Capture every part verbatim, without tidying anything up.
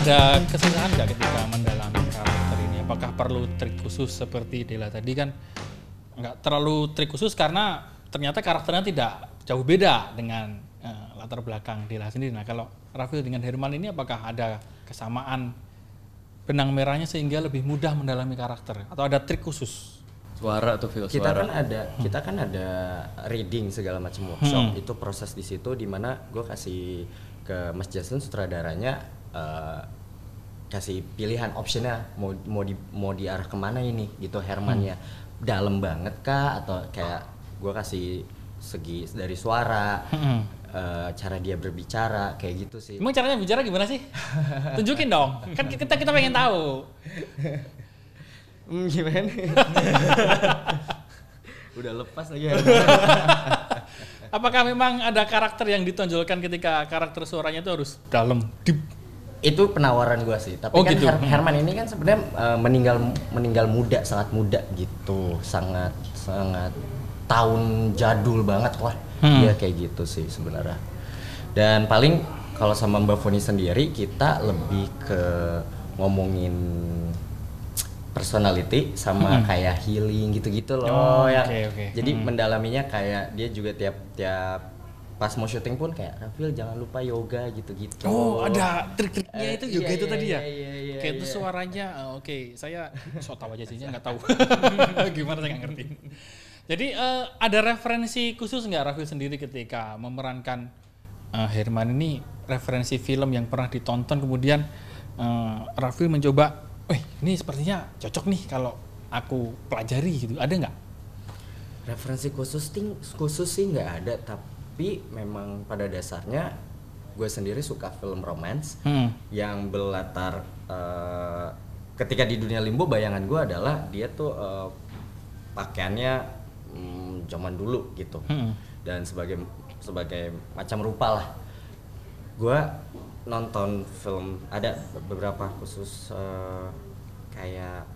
ada kesusahan nggak ketika mendalami karakter ini? Apakah perlu trik khusus seperti Della tadi kan? Nggak terlalu trik khusus karena ternyata karakternya tidak jauh beda dengan uh, latar belakang Della sendiri. Nah kalau Rafil dengan Herman ini apakah ada kesamaan benang merahnya sehingga lebih mudah mendalami karakter? Atau ada trik khusus? Suara atau feel kita suara. kan ada Hmm. kita kan ada reading segala macam workshop. Hmm. Itu proses di situ di mana gue kasih ke Mas Jason sutradaranya uh, kasih pilihan optionnya mau mau di mau diarah kemana ini gitu Hermannya hmm. dalam banget kah atau kayak gue kasih segi dari suara Hmm. uh, cara dia berbicara kayak gitu sih. Emang caranya bicara gimana sih? Tunjukin dong. Kan kita kita pengen tahu. Hmm, gimana? Udah lepas lagi. Apakah memang ada karakter yang ditonjolkan ketika karakter suaranya itu harus dalam, deep? Itu penawaran gua sih. Tapi Oh, kan gitu. Her- Herman ini kan sebenarnya uh, meninggal meninggal muda, sangat muda gitu, sangat sangat tahun jadul banget lah. Hmm. Dia kayak gitu sih sebenarnya. Dan paling kalau sama Mbak Foni sendiri kita lebih ke ngomongin personality sama Hmm. kayak healing gitu-gitu Oh, loh ya. oke, oke. Jadi Hmm. mendalaminya kayak dia juga tiap-tiap pas mau syuting pun kayak Rafil jangan lupa yoga gitu-gitu. Oh, ada trik-triknya Eh, itu iya, yoga itu iya, tadi ya? iya, iya, iya, Kayak itu iya. suaranya, eh, oke, saya so tau aja sih, saya nggak tahu. Gimana saya nggak ngerti. Jadi eh, ada referensi khusus nggak Rafil sendiri ketika memerankan eh, Herman ini, referensi film yang pernah ditonton kemudian eh, Rafil mencoba, wih ini sepertinya cocok nih kalau aku pelajari gitu, ada nggak? Referensi khusus ting khusus sih nggak ada, tapi memang pada dasarnya gue sendiri suka film romance Hmm. yang berlatar eh, ketika di dunia limbo bayangan gue adalah dia tuh eh, pakaiannya mm, zaman dulu gitu Hmm. dan sebagai sebagai macam rupa lah. Gue nonton film ada beberapa khusus eh, kayak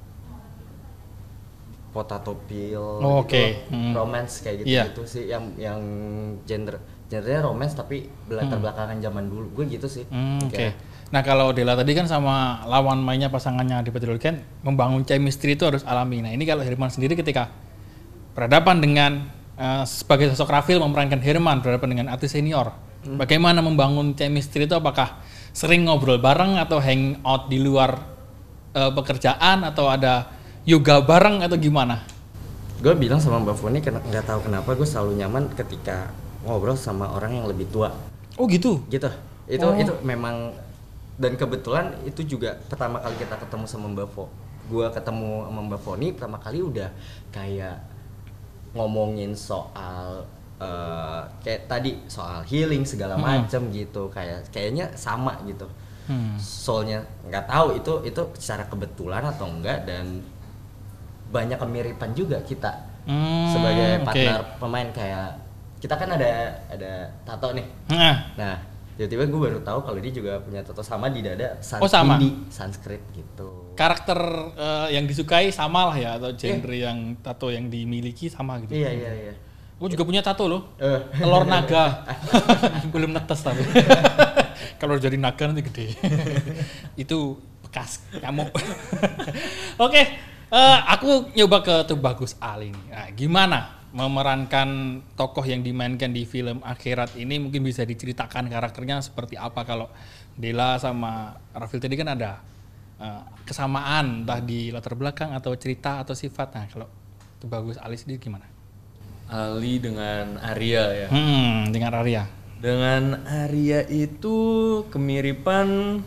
Potato Peel Oh, gitu oke. loh. Hmm. Romance kayak gitu Iya. gitu sih yang yang genre genrenya romance tapi berlatar Hmm. belakangan zaman dulu gue gitu sih. Hmm, Oke. Kayak, Nah kalau Della tadi kan sama lawan mainnya pasangannya di Betul kan membangun chemistry itu harus alami. Nah ini kalau Herman sendiri ketika berhadapan dengan eh, sebagai sosok Rafil memerankan Herman berhadapan dengan artis senior, bagaimana membangun chemistry itu? Apakah sering ngobrol bareng atau hang out di luar eh, pekerjaan atau ada yoga bareng atau gimana? gue bilang sama Mbak Foni ken- nggak tahu kenapa gue selalu nyaman ketika ngobrol sama orang yang lebih tua Oh gitu. gitu. Itu Oh. itu memang dan kebetulan itu juga pertama kali kita ketemu sama Mbak Fo. Gue ketemu sama Mbak Foni pertama kali udah kayak ngomongin soal eh, kayak tadi soal healing segala Hmm. macem gitu kayak kayaknya sama gitu. Hmm. Soalnya nggak tahu itu itu secara kebetulan atau enggak dan banyak kemiripan juga kita Hmm, sebagai oke. partner pemain kayak kita kan ada ada tato nih. Nah, Nah, tiba-tiba gue baru tahu kalau dia juga punya tato sama di dada Oh, sama? Hindi, Sanskrit gitu. karakter eh, yang disukai sama lah ya atau genre yang tato yang dimiliki sama gitu. Iya, iya, iya. Gue juga punya tato loh. Eh. Telur naga. Belum netes tapi. Kalau jadi naga nanti gede. Itu bekas nyamuk. Oke, eh, aku nyoba ke Tubagus Ali nih. Nah, gimana memerankan tokoh yang dimainkan di film Akhirat ini? Mungkin bisa diceritakan karakternya seperti apa. Kalau Della sama Rafil tadi kan ada eh, kesamaan entah di latar belakang atau cerita atau sifat. Nah, kalau Tubagus Ali sendiri gimana? Ali dengan Arya ya. Hmm, dengan Arya. Dengan Arya itu kemiripan,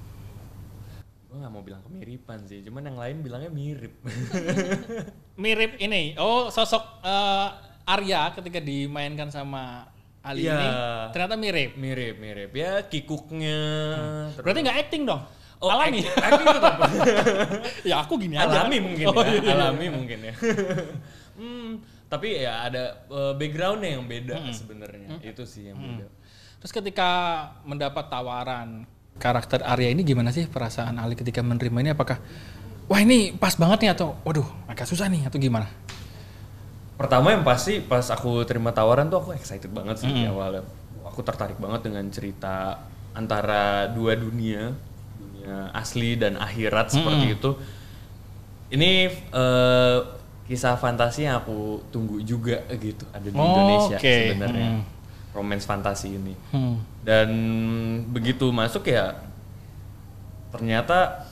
gue nggak mau bilang kemiripan sih, cuman yang lain bilangnya mirip. Mirip ini. Oh, sosok eh, Arya ketika dimainkan sama Ali Iya. ini ternyata mirip. mirip mirip ya kikuknya. terus- Berarti nggak acting dong? Oh, Alami. act- acting tetap. Ya aku gini aja. Alami mungkin Oh, ya, iya, iya. alami mungkin ya. hmm, tapi ya ada uh, backgroundnya yang beda sebenarnya. Itu sih yang beda. Terus ketika mendapat tawaran karakter Arya ini gimana sih perasaan Ali ketika menerima ini? Apakah wah ini pas banget nih atau waduh agak susah nih atau gimana? Pertama yang pasti pas aku terima tawaran tuh aku excited banget sih di Mm. awalnya. Aku tertarik banget dengan cerita antara dua dunia, dunia dunia asli dan akhirat seperti hmm. itu. Ini uh, kisah fantasi yang aku tunggu juga gitu, ada di oh, Indonesia okay. sebenarnya. Hmm. Romance fantasi ini. Hmm. Dan begitu masuk ya ternyata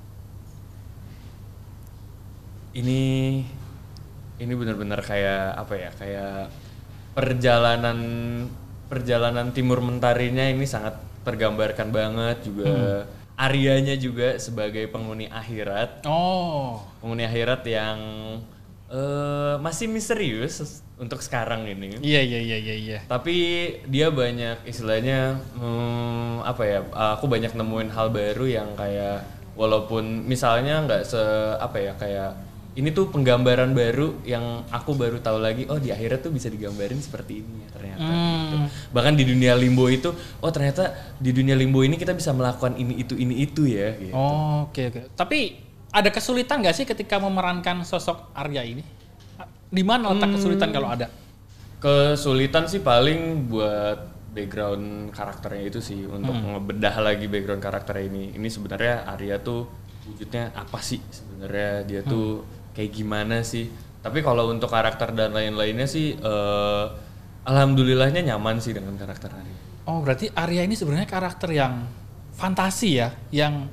ini ini benar-benar kayak apa ya? Kayak perjalanan perjalanan Timur Mentarinya ini sangat tergambarkan banget juga. Hmm. Aryanya juga sebagai penghuni akhirat. Oh, penghuni akhirat yang uh, masih misterius untuk sekarang ini. Iya iya iya iya. iya. Tapi dia banyak istilahnya hmm, apa ya? Aku banyak nemuin hal baru yang kayak walaupun misalnya nggak se apa ya kayak ini tuh penggambaran baru yang aku baru tahu lagi, oh di akhirat tuh bisa digambarin seperti ini ya ternyata. Hmm. Gitu. Bahkan di dunia limbo itu, oh ternyata di dunia limbo ini kita bisa melakukan ini itu ini itu ya. Gitu. Oh oke okay, oke. Okay. Tapi ada kesulitan nggak sih ketika memerankan sosok Arya ini? Di mana letak hmm. kesulitan kalau ada? Kesulitan sih paling buat background karakternya itu sih untuk hmm. ngebedah lagi background karakter ini. Ini sebenarnya Arya tuh wujudnya apa sih sebenarnya dia tuh hmm. kayak gimana sih? Tapi kalau untuk karakter dan lain-lainnya sih, uh, alhamdulillahnya nyaman sih dengan karakter Arya. Oh berarti Arya ini sebenarnya karakter yang fantasi ya, yang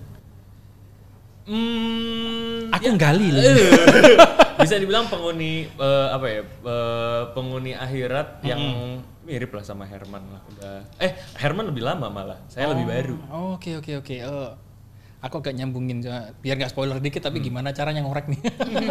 hmm, aku ya, gali loh. Bisa dibilang penghuni uh, apa ya, uh, penghuni akhirat hmm. yang mirip lah sama Herman lah. Udah, eh Herman lebih lama malah, saya oh, lebih baru. Oke oke oke. Aku agak nyambungin, biar gak spoiler dikit tapi hmm. gimana caranya ngorek nih.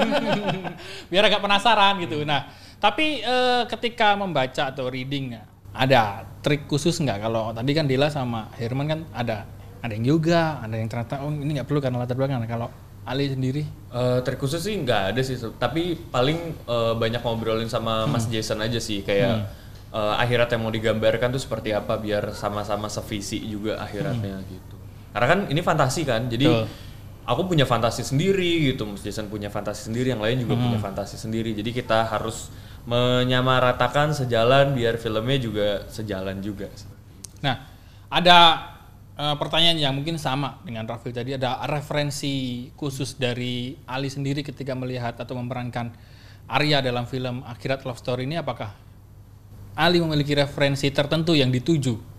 Biar agak penasaran gitu. Nah, tapi e, ketika membaca atau reading ada trik khusus nggak? Kalau tadi kan Dila sama Herman kan ada ada yang yoga, ada yang ternyata oh ini nggak perlu karena latar belakang. Kalau Ali sendiri? Uh, trik khusus sih nggak ada sih, tapi paling uh, banyak ngobrolin sama hmm. Mas Jason aja sih kayak hmm. uh, akhirat yang mau digambarkan tuh seperti apa biar sama-sama sevisi juga akhiratnya hmm. gitu. Karena kan ini fantasi kan, jadi Tuh. aku punya fantasi sendiri gitu, Mas Jason punya fantasi sendiri, yang lain juga hmm. punya fantasi sendiri. Jadi kita harus menyamaratakan sejalan biar filmnya juga sejalan juga. Nah, ada uh, pertanyaan yang mungkin sama dengan Rafil tadi, ada referensi khusus dari Ali sendiri ketika melihat atau memerankan Arya dalam film Akhirat Love Story ini, apakah Ali memiliki referensi tertentu yang dituju?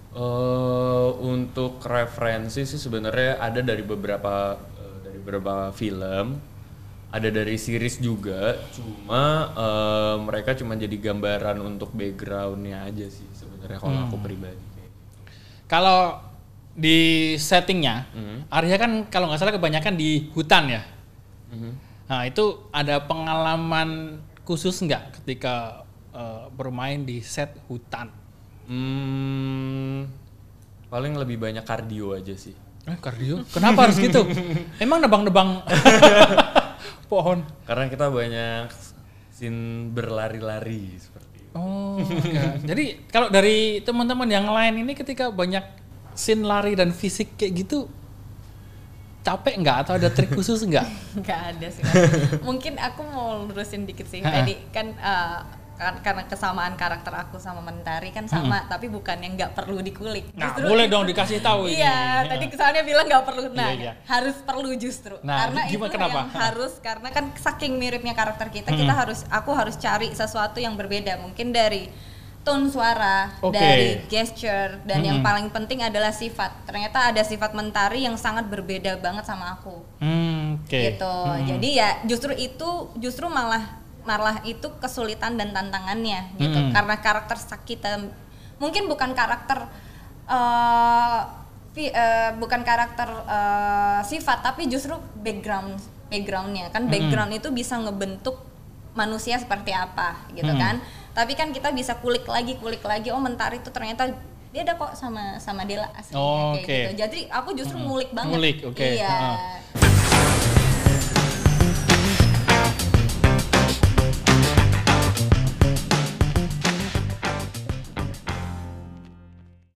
Uh, untuk referensi sih sebenarnya ada dari beberapa uh, dari beberapa film, ada dari series juga, cuma uh, mereka cuma jadi gambaran untuk backgroundnya aja sih sebenarnya kalau hmm. aku pribadi. Kalau di settingnya, hmm. Arya kan kalau nggak salah kebanyakan di hutan ya. Hmm. Nah itu ada pengalaman khusus nggak ketika uh, bermain di set hutan? Hmm, paling lebih banyak kardio aja sih. Eh kardio? Kenapa harus gitu? Emang nebang-nebang pohon? Karena kita banyak scene berlari-lari seperti itu. Oh, okay. Jadi kalau dari teman-teman yang lain ini ketika banyak scene lari dan fisik kayak gitu, capek nggak atau ada trik khusus nggak? Nggak ada sih. Mungkin aku mau lurusin dikit sih. Tadi kan uh, karena kesamaan karakter aku sama Mentari kan sama, hmm. tapi bukan yang nggak perlu dikulik. Nah, justru boleh dong dikasih tahu ini. Iya, tadi kesannya bilang nggak perlu. Nah, iya, iya. harus perlu justru. Nah, karena itu kenapa? yang harus, karena kan saking miripnya karakter kita, hmm. kita harus, aku harus cari sesuatu yang berbeda. Mungkin dari tone suara, okay. dari gesture, dan hmm. yang paling penting adalah sifat. Ternyata ada sifat Mentari yang sangat berbeda banget sama aku. Hmm, okay. Gitu. Hmm. Jadi ya justru itu, justru malah malah itu kesulitan dan tantangannya gitu, hmm. karena karakter kita mungkin bukan karakter uh, vi, uh, bukan karakter uh, sifat, tapi justru background backgroundnya kan, background hmm. itu bisa ngebentuk manusia seperti apa gitu hmm. kan. Tapi kan kita bisa kulik lagi kulik lagi oh Mentari itu ternyata dia ada kok sama sama Dela aslinya, oh, kayak okay. gitu. Jadi aku justru ngulik banget. Ngulik, okay. Iya. Uh.